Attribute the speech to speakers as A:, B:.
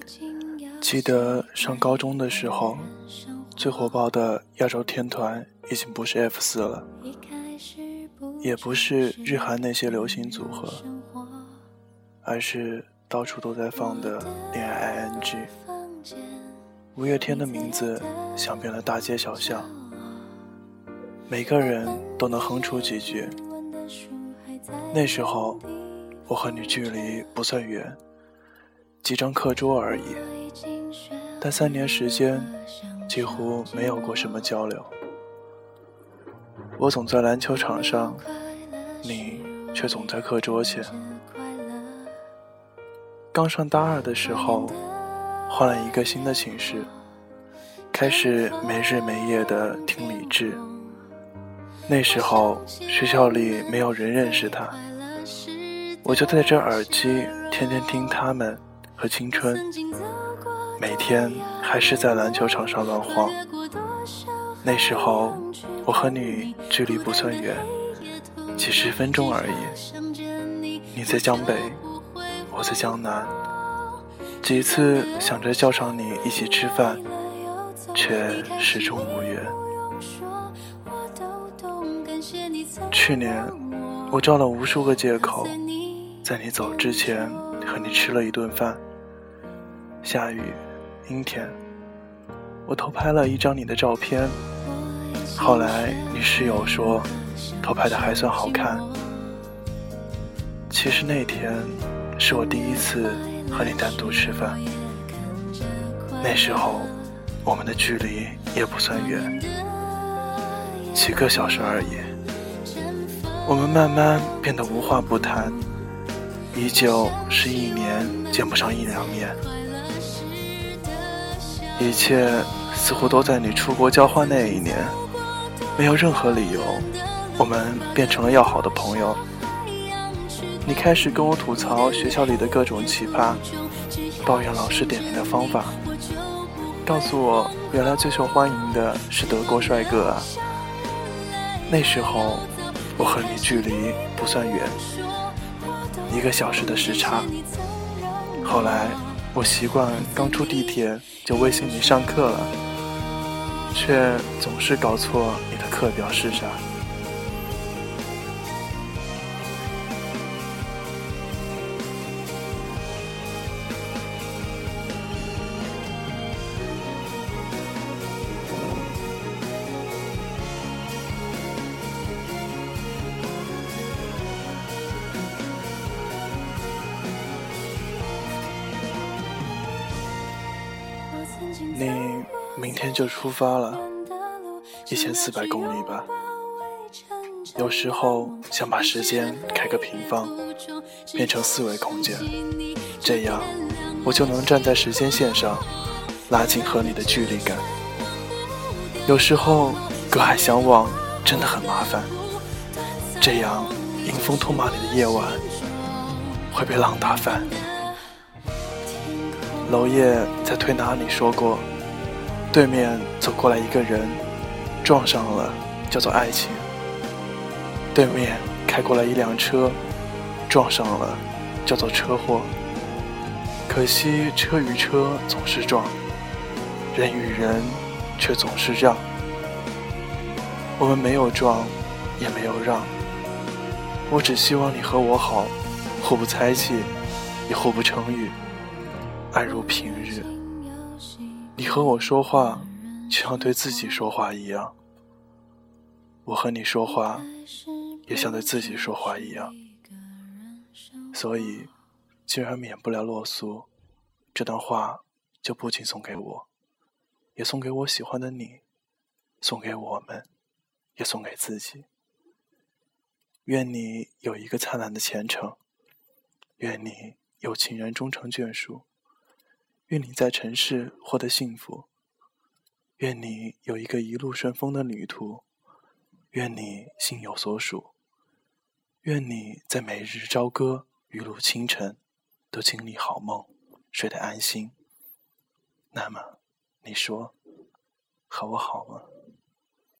A: 记得上高中的时候，最火爆的亚洲天团已经不是 F4 了，也不是日韩那些流行组合，而是到处都在放的恋爱 ING。五月天的名字响遍了大街小巷，每个人都能哼出几句。那时候我和你距离不算远，几张课桌而已，但3年时间几乎没有过什么交流。我总在篮球场上，你却总在课桌前。刚上大2的时候，换了一个新的寝室，开始没日没夜地听李志。那时候学校里没有人认识他，我就戴着耳机天天听他们和青春，每天还是在篮球场上乱晃。那时候我和你距离不算远，几10分钟而已。你在江北，我在江南，几次想着叫上你一起吃饭，却始终无缘。去年我找了无数个借口，在你走之前和你吃了一顿饭。下雨，阴天，我偷拍了一张你的照片，后来你室友说偷拍的还算好看。其实那天是我第一次和你单独吃饭，那时候我们的距离也不算远，7个小时而已。我们慢慢变得无话不谈，依旧是1年见不上1-2面。一切似乎都在你出国交换那一年，没有任何理由，我们变成了要好的朋友。你开始跟我吐槽学校里的各种奇葩，抱怨老师点评的方法，告诉我原来最受欢迎的是德国帅哥啊。那时候我和你距离不算远，1个小时的时差。后来我习惯刚出地铁就微信你上课了，却总是搞错你的课表是啥。你明天就出发了，1400公里吧。有时候想把时间开个平方，变成4维空间，这样我就能站在时间线上，拉近和你的距离感。有时候隔海相望真的很麻烦，这样迎风痛骂你的夜晚会被浪打翻。娄烨在推拿里说过，对面走过来一个人，撞上了叫做爱情；对面开过来一辆车，撞上了叫做车祸。可惜车与车总是撞，人与人却总是让。我们没有撞，也没有让，我只希望你和我好，互不猜忌，也互不成语，安如平日。你和我说话就像对自己说话一样，我和你说话也像对自己说话一样。所以既然免不了落俗，这段话就不仅送给我，也送给我喜欢的你，送给我们，也送给自己。愿你有一个灿烂的前程，愿你有情人终成眷属，愿你在尘世获得幸福，愿你有一个一路顺风的旅途，愿你心有所属，愿你在每日朝歌雨露清晨都经历好梦，睡得安心。那么你说和我好吗？